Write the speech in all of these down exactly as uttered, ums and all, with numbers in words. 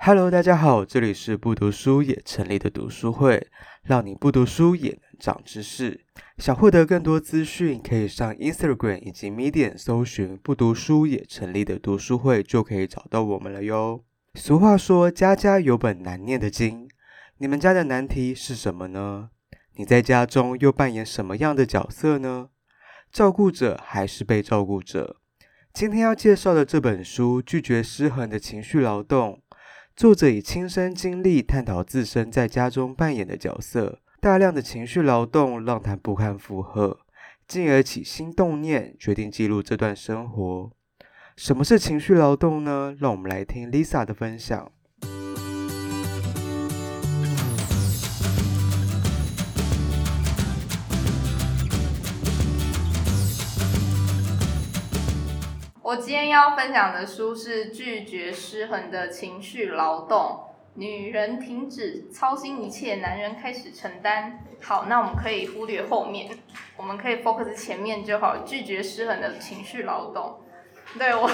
Hello， 大家好，这里是不读书也成立的读书会，让你不读书也能长知识。想获得更多资讯，可以上 Instagram 以及 Medium 搜寻不读书也成立的读书会，就可以找到我们了哟。俗话说，家家有本难念的经，你们家的难题是什么呢？你在家中又扮演什么样的角色呢？照顾者还是被照顾者？今天要介绍的这本书《拒绝失衡的情绪劳动》，作者以亲身经历探讨自身在家中扮演的角色，大量的情绪劳动让他不堪负荷，进而起心动念，决定记录这段生活。什么是情绪劳动呢？让我们来听 Lisa 的分享。 我今天要分享的书是《拒绝失衡的情绪劳动》，女人停止操心一切，男人开始承担。好，那我们可以忽略后面，我们可以 focus 前面就好。拒绝失衡的情绪劳动，对我，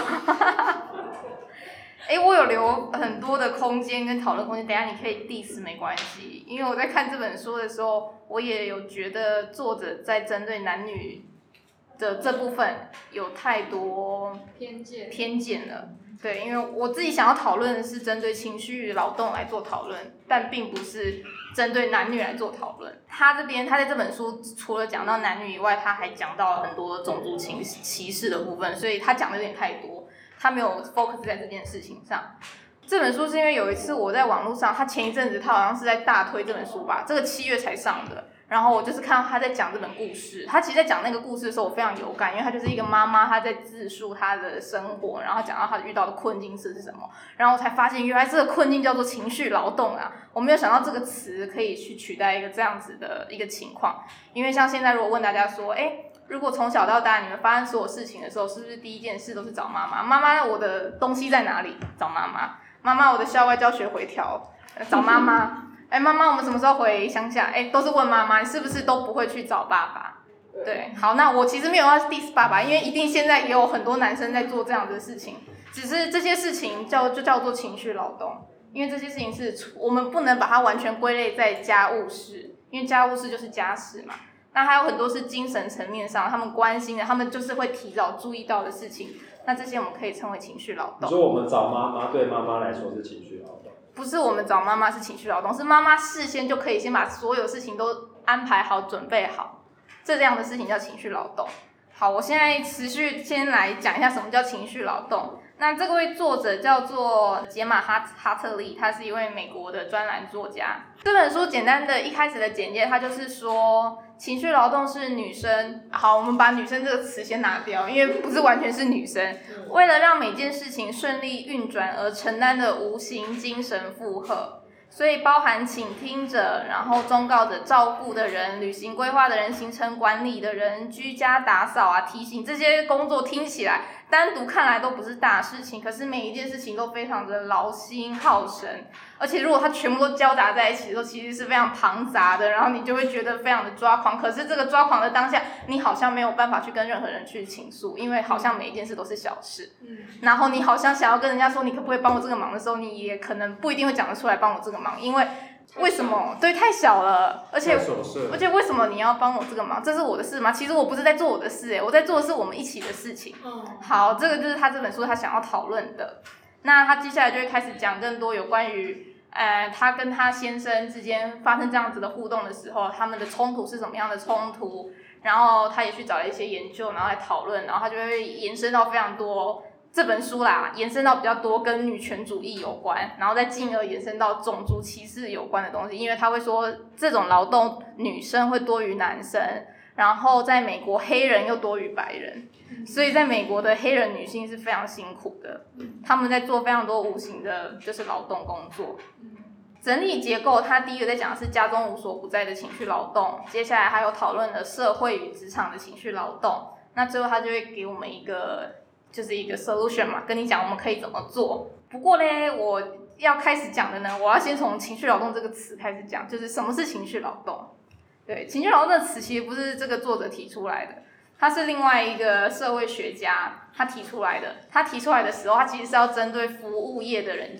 哎，我有留很多的空间跟讨论空间，等一下你可以 diss 没关系，因为我在看这本书的时候，我也有觉得作者在针对男女的这部分有太多偏见偏见了，对，因为我自己想要讨论的是针对情绪劳动来做讨论，但并不是针对男女来做讨论。他这边他在这本书除了讲到男女以外，他还讲到了很多种族歧视的部分，所以他讲的有点太多，他没有 focus 在这件事情上。这本书是因为有一次我在网络上，他前一阵子他好像是在大推这本书吧，这个七月才上的。然后我就是看到他在讲这本故事，他其实在讲那个故事的时候我非常有感，因为他就是一个妈妈，她在自述她的生活，然后讲到她遇到的困境是什么，然后我才发现原来这个困境叫做情绪劳动啊！我没有想到这个词可以去取代一个这样子的一个情况，因为像现在如果问大家说，哎，如果从小到大你们发生所有事情的时候，是不是第一件事都是找妈妈？妈妈，我的东西在哪里？找妈妈。妈妈，我的校外教学回调，找妈妈。哎，妈妈，我们什么时候回乡下？哎，都是问妈妈，你是不是都不会去找爸爸？对，好，那我其实没有要 diss 爸爸，因为一定现在也有很多男生在做这样的事情，只是这些事情叫就叫做情绪劳动，因为这些事情是我们不能把它完全归类在家务事，因为家务事就是家事嘛。那还有很多是精神层面上他们关心的，他们就是会提早注意到的事情，那这些我们可以称为情绪劳动。 你说我们找妈妈，对妈妈来说是情绪劳动？ 不是我们找妈妈是情绪劳动，是妈妈事先就可以先把所有事情都安排好准备好，这样的事情叫情绪劳动。好，我现在持续先来讲一下什么叫情绪劳动。那这位作者叫做杰玛哈哈特利，他是一位美国的专栏作家。这本书简单的一开始的简介，他就是说情绪劳动是女生，好，我们把女生这个词先拿掉，因为不是完全是女生，为了让每件事情顺利运转而承担的无形精神负荷。所以包含倾听者，然后忠告者、照顾的人、旅行规划的人、行程管理的人、居家打扫啊、提醒，这些工作听起来单独看来都不是大事情，可是每一件事情都非常的劳心耗神，而且如果它全部都交杂在一起的时候，其实是非常庞杂的，然后你就会觉得非常的抓狂。可是这个抓狂的当下，你好像没有办法去跟任何人去倾诉，因为好像每一件事都是小事。嗯，然后你好像想要跟人家说你可不可以帮我这个忙的时候，你也可能不一定会讲得出来帮我这个忙，因为为什么？对，太小了，而且而且为什么你要帮我这个忙？这是我的事吗？其实我不是在做我的事，哎，我在做的是我们一起的事情。嗯，好，这个就是他这本书他想要讨论的。那他接下来就会开始讲更多有关于，呃，他跟他先生之间发生这样子的互动的时候，他们的冲突是什么样的冲突？然后他也去找了一些研究，然后来讨论，然后他就会延伸到非常多。这本书啦，延伸到比较多跟女权主义有关，然后再进而延伸到种族歧视有关的东西，因为他会说这种劳动女生会多于男生，然后在美国黑人又多于白人，所以在美国的黑人女性是非常辛苦的，他们在做非常多无形的就是劳动工作。整理结构，他第一个在讲的是家中无所不在的情绪劳动，接下来还有讨论了社会与职场的情绪劳动，那最后他就会给我们一个就是一个 solution 嘛，跟你讲我们可以怎么做。不过呢，我要开始讲的呢，我要先从情绪劳动这个词开始讲，就是什么是情绪劳动。对，情绪劳动这个词其实不是这个作者提出来的，他是另外一个社会学家他提出来的。他提出来的时候，他其实是要针对服务业的人讲。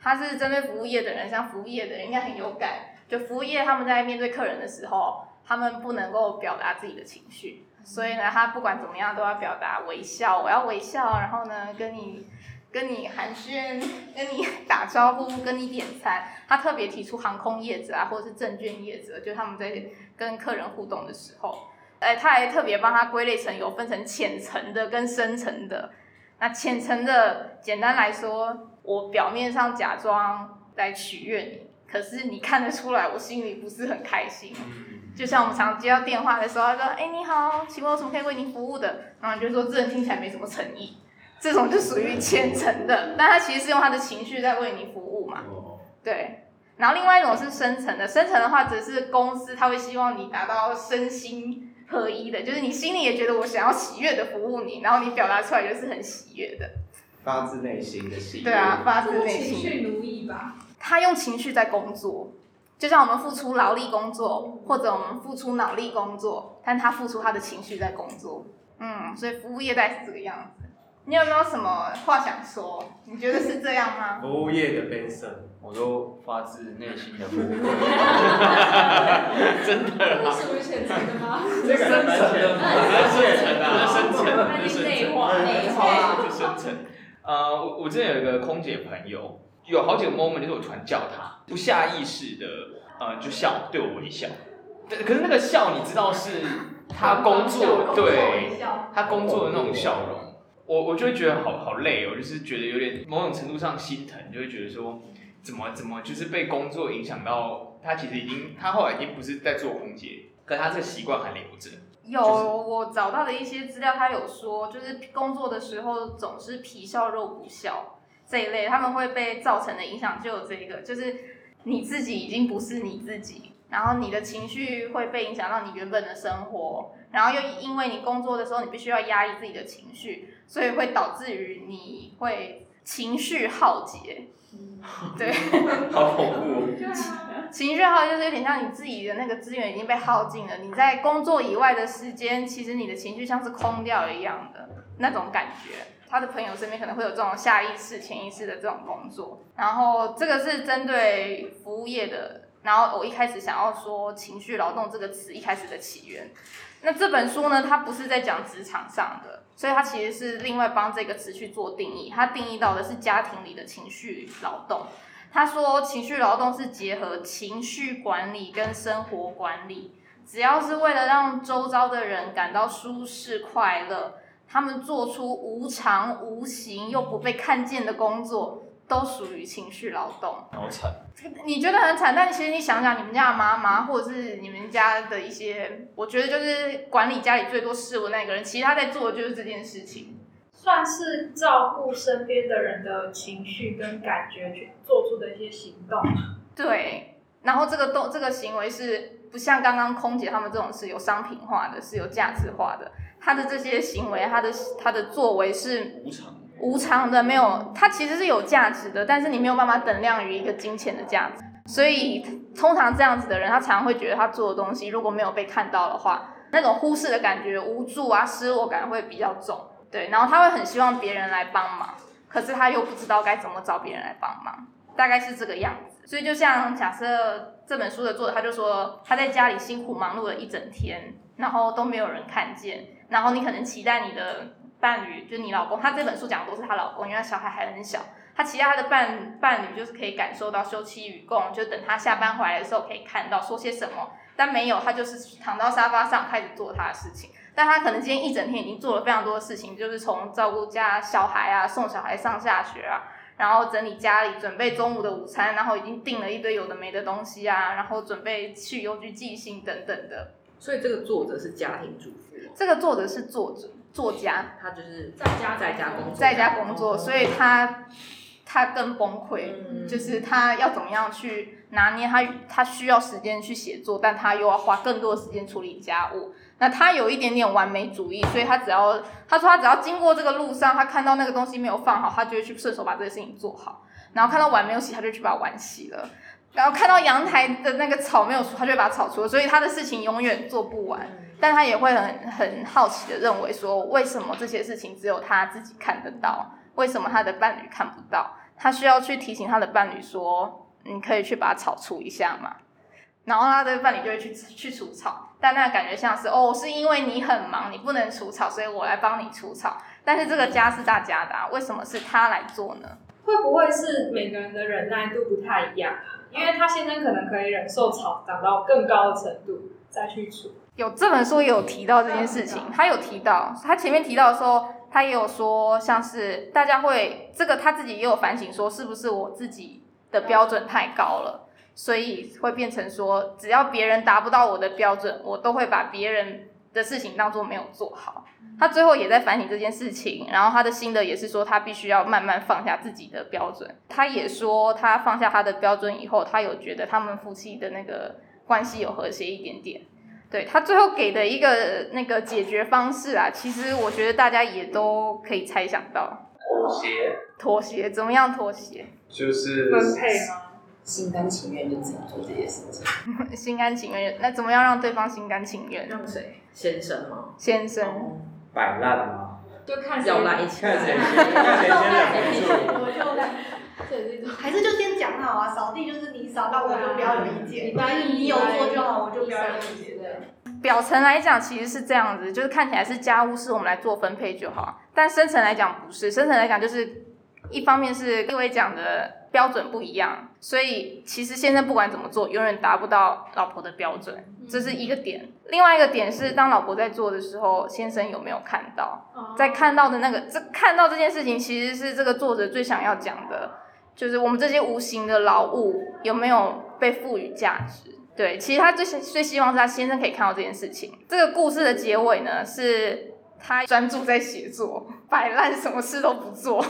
它是针对服务业的人，像服务业的人应该很有感。就服务业他们在面对客人的时候，他们不能够表达自己的情绪，所以呢，他不管怎么样都要表达微笑，我要微笑，然后呢，跟你跟你寒暄，跟你打招呼，跟你点餐。他特别提出航空业者啊，或者是证券业者，就他们在跟客人互动的时候，哎，他还特别帮他归类成有分成浅层的跟深层的。那浅层的，简单来说，我表面上假装来取悦你，可是你看得出来我心里不是很开心。就像我们常接到电话的时候，他说：“哎，你好，请问有什么可以为您服务的？”然后你就说这人听起来没什么诚意，这种就属于浅层的，但他其实是用他的情绪在为你服务嘛。对。然后另外一种是深层的，深层的话只是公司他会希望你达到身心合一的，就是你心里也觉得我想要喜悦的服务你，然后你表达出来就是很喜悦的， 发自内心的喜悦。 对啊，发自内心。 情绪奴役吧。 他用情绪在工作，就像我们付出劳力工作，或者我们付出脑力工作，但他付出他的情绪在工作。嗯，所以服务业大概是这个样子。你有没有什么话想说？你觉得是这样吗？ 服务业的悲伤， 我都发自内心的服务。真的这是属于浅层的吗？ 这个深层的， 深层啊，深层， 那是内化，内化，是深层。呃，我我之前有一个空姐朋友，有好几个 moment 就是我突然叫她，不下意识的，呃，就笑，对我微笑。可是那个笑，你知道是她工作，对，她工作的那种笑容。我我就会觉得好好累哦，就是觉得有点某种程度上心疼，就会觉得说怎么怎么就是被工作影响到，他其实已经他后来已经不是在做空姐，可他这个习惯还留着。 有、就是、我找到的一些资料，他有说就是工作的时候总是皮笑肉不笑这一类，他们会被造成的影响就有这个，就是你自己已经不是你自己，然后你的情绪会被影响到你原本的生活，然后又因为你工作的时候你必须要压抑自己的情绪，所以会导致于你会情绪耗竭。对， 好恐怖哦！ 情绪耗就是有点像你自己的那个资源已经被耗尽了，你在工作以外的时间，其实你的情绪像是空掉一样的那种感觉。他的朋友身边可能会有这种下意识、潜意识的这种工作，然后这个是针对服务业的。然后我一开始想要说情绪劳动这个词一开始的起源，那这本书呢，它不是在讲职场上的，所以它其实是另外帮这个词去做定义，它定义到的是家庭里的情绪劳动。他说情绪劳动是结合情绪管理跟生活管理，只要是为了让周遭的人感到舒适快乐，他们做出无偿无形又不被看见的工作，都属于情绪劳动。 好惨！ 你觉得很惨，但其实你想想，你们家的妈妈，或者是你们家的一些，我觉得就是管理家里最多事务那个人，其实他在做的就是这件事情， 算是照顾身边的人的情绪跟感觉去做出的一些行动。 对，然后这个动这个行为是不像刚刚空姐他们这种是有商品化的，是有价值化的，他的这些行为，他的他的作为是无偿。 无偿的，没有，它其实是有价值的，但是你没有办法等量于一个金钱的价值。所以通常这样子的人，他常常会觉得他做的东西如果没有被看到的话，那种忽视的感觉、无助啊、失落感会比较重。对，然后他会很希望别人来帮忙，可是他又不知道该怎么找别人来帮忙，大概是这个样子。所以就像假设这本书的作者，他就说他在家里辛苦忙碌了一整天，然后都没有人看见，然后你可能期待你的伴侣，就是你老公，他这本书讲的都是他老公，因为他小孩还很小，他期待他的伴伴侣就是可以感受到休戚与共，就等他下班回来的时候可以看到说些什么，但没有，他就是躺到沙发上开始做他的事情。但他可能今天一整天已经做了非常多的事情，就是从照顾家小孩啊，送小孩上下学啊，然后整理家里，准备中午的午餐，然后已经订了一堆有的没的东西啊，然后准备去邮局寄信等等的。 所以这个作者是家庭主妇， 这个作者是作者作家， 他就是在家在家工作， 在家工作，所以他他更崩溃， 嗯、 就是他要怎么样去拿捏他，他需要时间去写作，但他又要花更多的时间处理家务。那他有一点点完美主义，所以他只要他说他只要经过这个路上，他看到那个东西没有放好，他就会去顺手把这个事情做好。然后看到碗没有洗，他就去把碗洗了。然后看到阳台的那个草没有除，他就会把它草除了。所以他的事情永远做不完，但他也会很很好奇的认为说，为什么这些事情只有他自己看得到，为什么他的伴侣看不到？ 他需要去提醒他的伴侣说，你可以去把草除一下嘛。然后他的伴侣就会去去除草，但那感觉像是哦，是因为你很忙，你不能除草，所以我来帮你除草。但是这个家是大家的、啊，为什么是他来做呢？ 会不会是每个人的忍耐度不太一样啊？因为他先生可能可以忍受草长到更高的程度再去除。 有这本书也有提到这件事情，他有提到，他前面提到的时候，他也有说，像是大家会这个他自己也有反省说，是不是我自己的标准太高了，所以会变成说，只要别人达不到我的标准，我都会把别人的事情当作没有做好。他最后也在反省这件事情，然后他的心得也是说，他必须要慢慢放下自己的标准。他也说，他放下他的标准以后，他有觉得他们夫妻的那个关系有和谐一点点。对，他最后给的一个那个解决方式啊，其实我觉得大家也都可以猜想到。 妥协， 妥协怎么样？妥协就是分配吗？ 心甘情愿就自己做这些事情。 心甘情愿，那怎么样让对方心甘情愿？ 让谁？先生吗？ 先生。 哦摆烂吗？ 就看要烂一起看谁先，看谁先忍不住。 我就烂，还是就先讲好啊，扫地就是你扫，那我就不要有意见。就是你有做就好，我就不要有意见。 表层来讲其实是这样子，就是看起来是家务事我们来做分配就好，但深层来讲不是，深层来讲就是一方面是各位讲的标准不一样，所以其实先生不管怎么做，永远达不到老婆的标准，这是一个点。另外一个点是，当老婆在做的时候，先生有没有看到？在看到的那个，这看到这件事情，其实是这个作者最想要讲的，就是我们这些无形的劳务有没有被赋予价值。对，其实他最最希望是他先生可以看到这件事情。这个故事的结尾呢，是他专注在写作，摆烂，什么事都不做。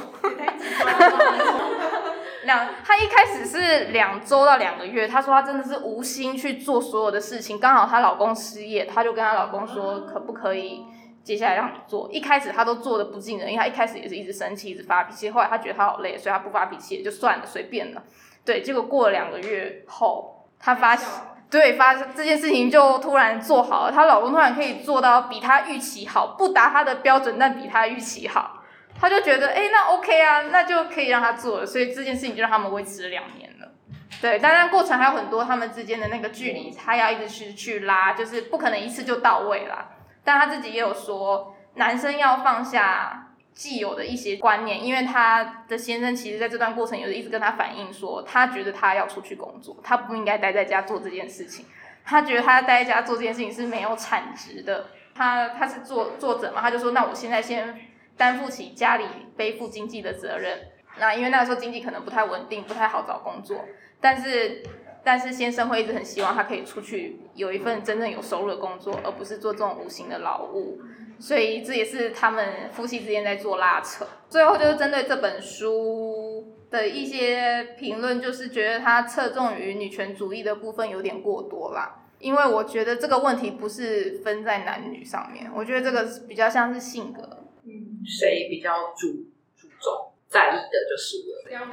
两，他一开始是两周到两个月，他说他真的是无心去做所有的事情。刚好她老公失业，她就跟她老公说，可不可以接下来让你做？一开始她都做的不尽人意，她一开始也是一直生气，一直发脾气。后来她觉得她好累，所以她不发脾气，就算了，随便了。对，结果过了两个月后，她发现。对，发这件事情就突然做好了，她老公突然可以做到比她预期好，不达她的标准，但比她预期好，她就觉得，哎，那 OK 啊，那就可以让她做了，所以这件事情就让他们维持了两年了。对，当然过程还有很多他们之间的那个距离，她要一直去去拉，就是不可能一次就到位啦。但她自己也有说，男生要放下既有的一些观念，因为他的先生其实在这段过程有一直跟他反映说，他觉得他要出去工作，他不应该待在家做这件事情，他觉得他待在家做这件事情是没有产值的。他他是作作者嘛，他就说，那我现在先担负起家里背负经济的责任。那因为那个时候经济可能不太稳定，不太好找工作，但是但是先生会一直很希望他可以出去有一份真正有收入的工作，而不是做这种无形的劳务。所以这也是他们夫妻之间在做拉扯。最后就是针对这本书的一些评论，就是觉得它侧重于女权主义的部分有点过多啦。因为我觉得这个问题不是分在男女上面，我觉得这个比较像是性格。 嗯，谁比较注注重在意的就输了。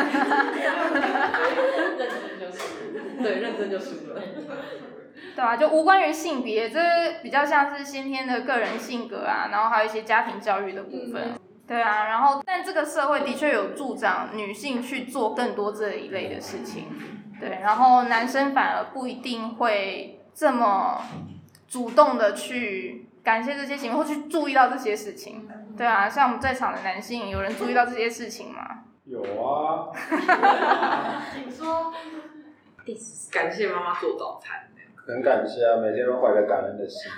认真就输，对，认真就输了。 对啊，就无关于性别，这比较像是先天的个人性格啊，然后还有一些家庭教育的部分。对啊，然后但这个社会的确有助长女性去做更多这一类的事情。对，然后男生反而不一定会这么主动的去感谢这些行为，或去注意到这些事情。对啊，像我们在场的男性，有人注意到这些事情吗？ 有啊。 请说。 感谢妈妈做早餐。 很感谢啊，每天都怀着感恩的心。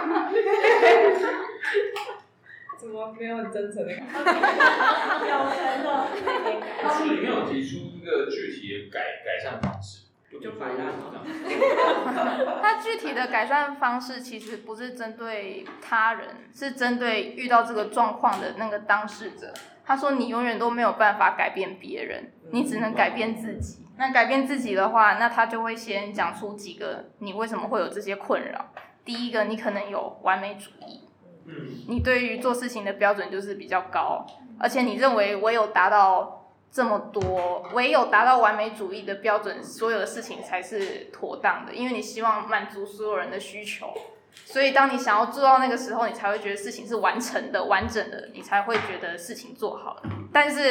怎么没有很真诚的感觉？ 有钱的。 书里面有提出一个具体的改改善方式， 就摆烂了。 他具体的改善方式其实不是针对他人，是针对遇到这个状况的那个当事者。他说你永远都没有办法改变别人，你只能改变自己。那改变自己的话，那他就会先讲出几个你为什么会有这些困扰。第一个，你可能有完美主义，你对于做事情的标准就是比较高，而且你认为唯有达到这么多，唯有达到完美主义的标准，所有的事情才是妥当的，因为你希望满足所有人的需求。所以当你想要做到那个时候，你才会觉得事情是完成的、完整的，你才会觉得事情做好了。但是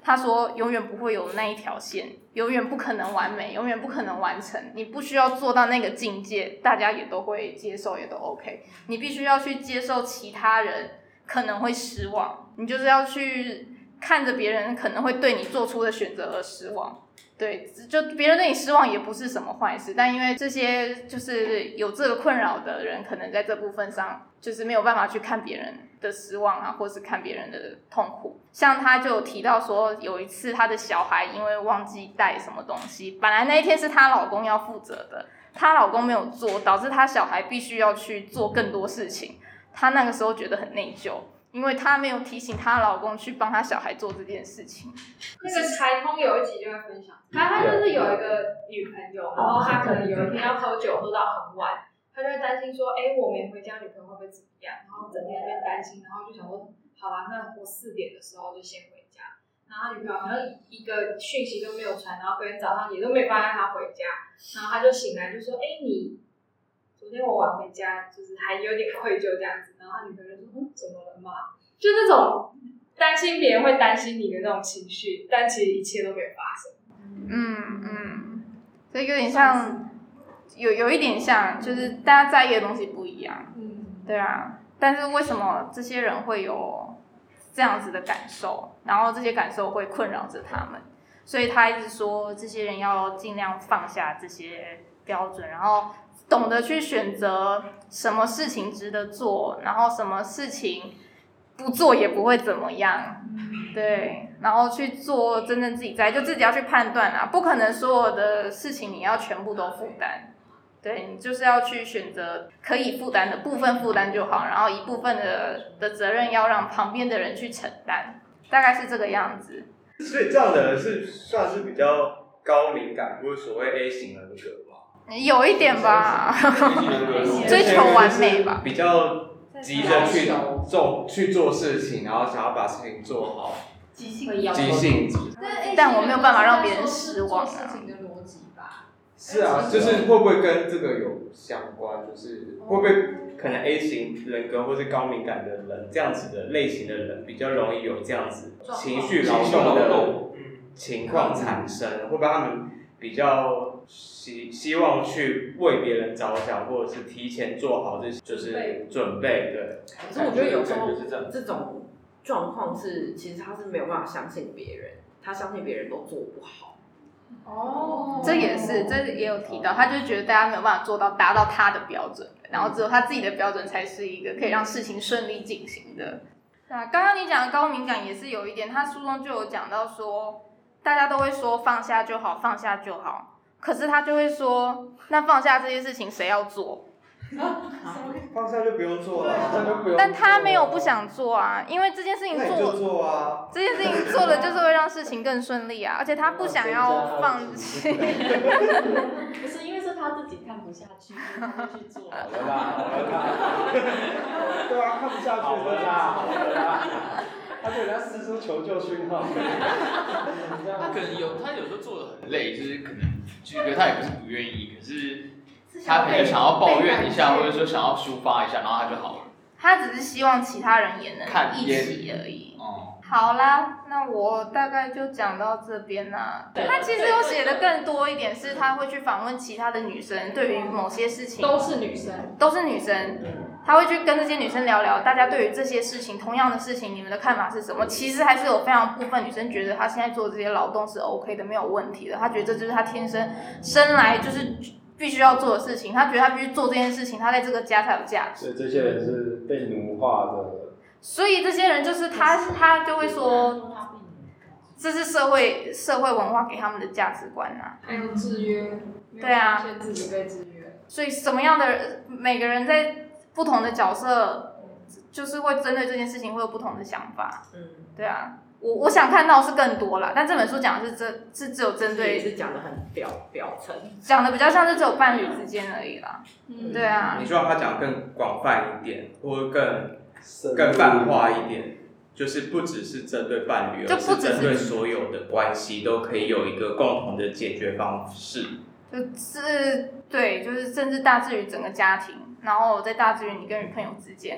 他说永远不会有那一条线，永远不可能完美，永远不可能完成。你不需要做到那个境界，大家也都会接受，也都 OK。你必须要去接受其他人可能会失望，你就是要去看着别人可能会对你做出的选择而失望。对，就别人对你失望也不是什么坏事，但因为这些就是有这个困扰的人，可能在这部分上就是没有办法去看别人的失望啊，或是看别人的痛苦。像他就有提到说，有一次他的小孩因为忘记带什么东西，本来那一天是她老公要负责的，她老公没有做，导致她小孩必须要去做更多事情。她那个时候觉得很内疚，因为她没有提醒她老公去帮她小孩做这件事情。 那个台通有一集就会分享，他他就是有一个女朋友，然后他可能有一天要喝酒喝到很晚，他就会担心说，哎、欸，我没回家，女朋友会不会怎么样？然后整天在那边担心，然后就想说，好啦，那我四点的时候就先回家。然后他女朋友好像一个讯息都没有传，然后隔天早上也都没办法让他回家，然后他就醒来就说，哎、欸，你昨天我晚回家，就是还有点愧疚这样子。然后他女朋友就说，嗯，怎么了嘛？就那种担心别人会担心你的那种情绪，但其实一切都没有发生。 嗯嗯，所以有点像，有有一点像，就是大家在意的东西不一样。 嗯， 对啊。但是为什么这些人会有这样子的感受，然后这些感受会困扰着他们？所以他一直说，这些人要尽量放下这些标准，然后懂得去选择什么事情值得做，然后什么事情不做也不会怎么样。对，然后去做真正自己在，就自己要去判断啊，不可能所有的事情你要全部都负担。对，你就是要去选择可以负担的部分负担就好，然后一部分的的责任要让旁边的人去承担，大概是这个样子。 所以这样的人是算是比较高敏感，或者所谓 A 型人格吗？ 有一点吧，追求完美吧， 比较急着去做去做事情，然后想要把事情做好， 急性急性子。 但我没有办法让别人失望啊。 是啊，就是会不会跟这个有相关？就是会不会可能 A 型人格或是高敏感的人这样子的类型的人比较容易有这样子情绪劳动的情况产生？会不会他们比较希希望去为别人着想，或者是提前做好这就是准备？对。 可是我觉得有时候这种状况是，其实他是没有办法相信别人，他相信别人都做不好。 哦，这也是，这也有提到，他就觉得大家没有办法做到达到他的标准，然后只有他自己的标准才是一个可以让事情顺利进行的。那刚刚你讲的高敏感也是有一点，他书中就有讲到说，大家都会说放下就好，放下就好，可是他就会说，那放下这些事情谁要做？ 放下就不用做了，就不用。 但他没有不想做啊，因为这件事情做， 那你就做啊。 这件事情做了就是会让事情更顺利啊，而且他不想要放弃。 不是因为是他自己看不下去，他就去做。 好了啦，好了啦。对啊，看不下去好了啦，好了啦。 他对人家施出求救讯号。 他可能有，他有时候做的很累，就是可能，就觉得他也不是不愿意，可是。他可能想要抱怨一下，或者说想要抒发一下，然后他就好了。 他只是希望其他人也能一起而已。 哦、 嗯，好啦，那我大概就讲到这边啦。他其实有写的更多一点，是他会去访问其他的女生，对于某些事情都是女生， 都是女生，他会去跟这些女生聊聊，大家对于这些事情，同样的事情，你们的看法是什么？其实还是有非常部分女生觉得他现在做这些劳动是 OK 的，没有问题的。他觉得这就是他天生生来就是必须要做的事情，他觉得他必须做这件事情，他在这个家才有价值。 所以这些人是被奴化的。 所以这些人就是他，他就会说，这是社会社会文化给他们的价值观啊。 还有制约， 对啊， 发现自己被制约。 所以什么样的人，每个人在不同的角色，就是会针对这件事情会有不同的想法。 嗯， 对啊。我我想看到是更多啦，但这本书讲的是这是只有针对， 也是讲的很表表层， 讲的比较像是只有伴侣之间而已啦。嗯，对啊。 你希望他讲更广泛一点，或者更更泛化一点，就是不只是针对伴侣，而是针对所有的关系都可以有一个共同的解决方式。 就是对，就是甚至大致于整个家庭，然后再大致于你跟女朋友之间。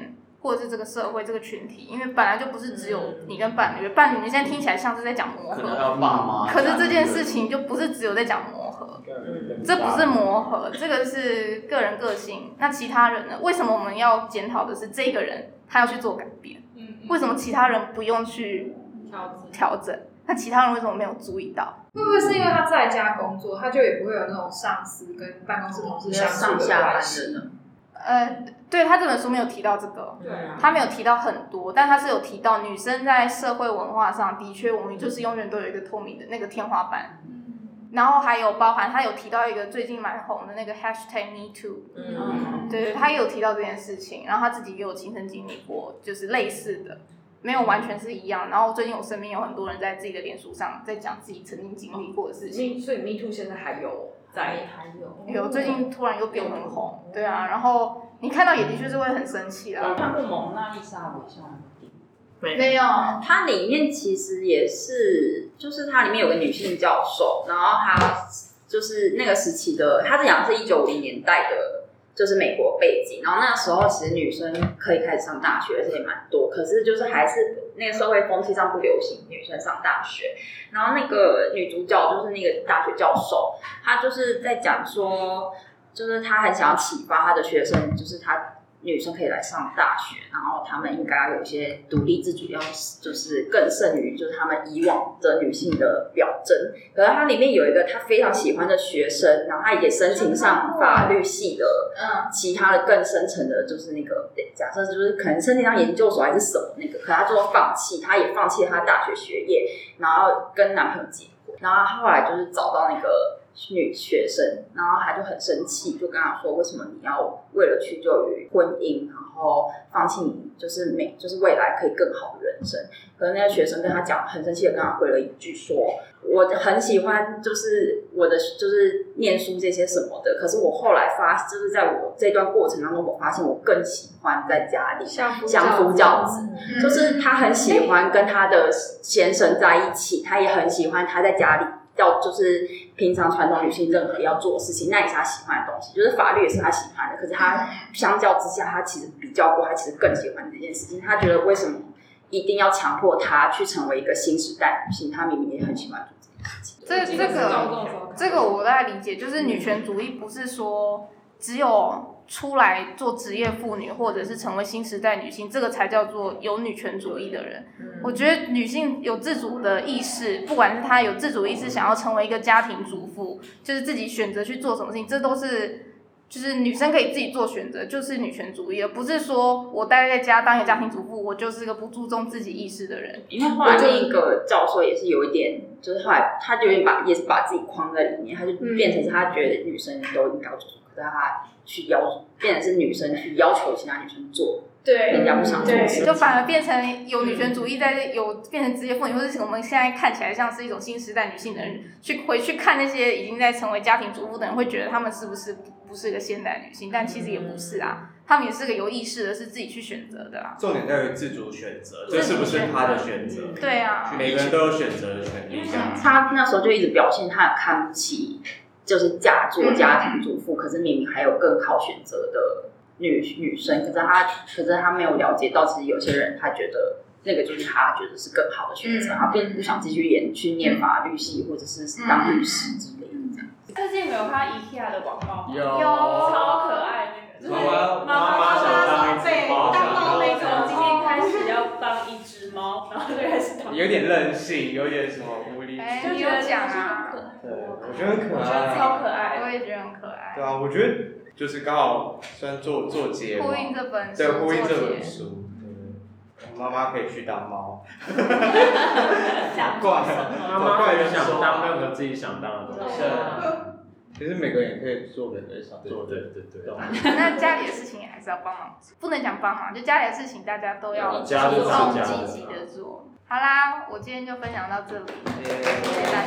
或者是这个社会这个群体，因为本来就不是只有你跟伴侣，伴侣你现在听起来像是在讲磨合， 可能还有爸妈， 可是这件事情就不是只有在讲磨合，这不是磨合，这个是个人个性。那其他人呢？为什么我们要检讨的是这个人他要去做改变？为什么其他人不用去调整？那其他人为什么没有注意到？ 会不会是因为他在家工作，他就也不会有那种上司跟办公室同事相处的关系？ 呃，对，他这本书没有提到这个， 对啊， 他没有提到很多，但他是有提到女生在社会文化上的确，我们就是永远都有一个透明的那个天花板。然后还有包含他有提到一个最近蛮红的那个 hashtag me too， 嗯，对，他也有提到这件事情，然后他自己也有亲身经历过，就是类似的。没有完全是一样，然后最近我身边有很多人在自己的脸书上在讲自己曾经经历过的事情， 所以 Me Too 现在还有在， 还有有最近突然又变很红，对啊，然后你看到也的确是会很生气啦。 有看过《蒙娜丽莎微笑》吗？ 没有， 它里面其实也是，就是它里面有个女性教授，然后她就是那个时期的，她是讲的是一九五零年代的。就是美国背景，然后那个时候其实女生可以开始上大学，而且也蛮多，可是就是还是那个社会风气上不流行女生上大学。然后那个女主角就是那个大学教授，她就是在讲说，就是她很想要启发她的学生，就是她女生可以来上大学，然后她们应该要有一些独立自主，要就是更胜于就是她们以往的女性的表征。可是它里面有一个她非常喜欢的学生，然后她也申请上法律系的，嗯，其他的更深层的，就是那个假设就是可能申请上研究所还是什么那个，可她最后放弃，她也放弃了她大学学业，然后跟男朋友结婚，然后她后来就是找到那个。女学生，然后她就很生气，就跟她说：“为什么你要为了屈就于婚姻，然后放弃你就是美，就是未来可以更好的人生？”可是那个学生跟她讲，很生气的跟她回了一句说：“我很喜欢，就是我的就是念书这些什么的，可是我后来发，就是在我这段过程当中，我发现我更喜欢在家里相夫教子，嗯、就是她很喜欢跟她的先生在一起，她也很喜欢她在家里。”要就是平常传统女性任何要做的事情，那也是她喜欢的东西，就是法律也是她喜欢的。可是她相较之下，她其实比较过，她其实更喜欢这件事情。她觉得为什么一定要强迫她去成为一个新时代女性？她明明也很喜欢做这件事情。 这这个这个我大概理解，就是女权主义不是说只有出来做职业妇女或者是成为新时代女性，这个才叫做有女权主义的人。嗯、我觉得女性有自主的意识，不管是她有自主意识想要成为一个家庭主妇，就是自己选择去做什么事情，这都是就是女生可以自己做选择，就是女权主义，而不是说我待在家当一个家庭主妇，我就是个不注重自己意识的人。 因为后来那个教授也是有一点，就是后来他就有点把也是把自己框在里面，他就变成他觉得女生都应该做，可是他去要变成是女生去要求其他女生做， 对， 人家不想做的事情， 就反而变成有女权主义在有变成职业妇女，或者是我们现在看起来像是一种新时代女性的人，去回去看那些已经在成为家庭主妇的人，会觉得他们是不是不是个现代女性？但其实也不是啊，他们也是个有意识的，是自己去选择的啊。 重点在于自主选择，这是不是他的选择？ 对啊， 每个人都有选择的权利。 他那时候就一直表现他很看不起。就是嫁做家庭主妇，嗯、可是明明还有更好选择的女女生，可是他可是他没有了解到，其实有些人他觉得那个就是他觉得是更好的选择，嗯、他并不想继续演去念法律系或者是当律师之类的这样。 最近有看 IKEA 的广告吗？ 有， 超可爱那个，就是妈妈想当一只猫， 当猫那种，今天开始要当一只猫，然后就开始当。 有点任性，有点什么无理取闹。哎，你有讲啊？ 对，我觉得很可爱， 我觉得超可爱， 我也觉得很可爱。 对啊，我觉得就是刚好算做做节目， 呼应这本书， 对，呼应这本书。妈妈可以去当猫， 想怪， 妈妈可以想当任何自己想当的东西。 其实每个人也可以做人想做的， 对对对。 那家里的事情也还是要帮忙，不能讲帮忙，就家里的事情大家都要主动积极的做。好啦，我今天就分享到这里，谢谢大家。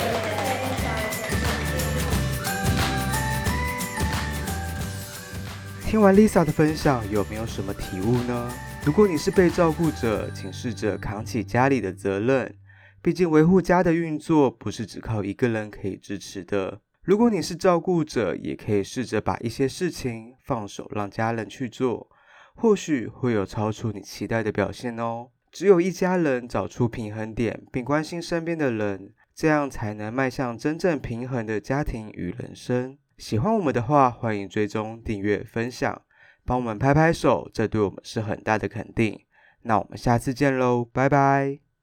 听完 Lisa 的分享，有没有什么体悟呢？如果你是被照顾者，请试着扛起家里的责任，毕竟维护家的运作不是只靠一个人可以支持的。如果你是照顾者，也可以试着把一些事情放手让家人去做， 或许会有超出你期待的表现哦。只有一家人找出平衡点，并关心身边的人，这样才能迈向真正平衡的家庭与人生。喜欢我们的话，欢迎追踪、订阅、分享，帮我们拍拍手，这对我们是很大的肯定。那我们下次见喽，拜拜。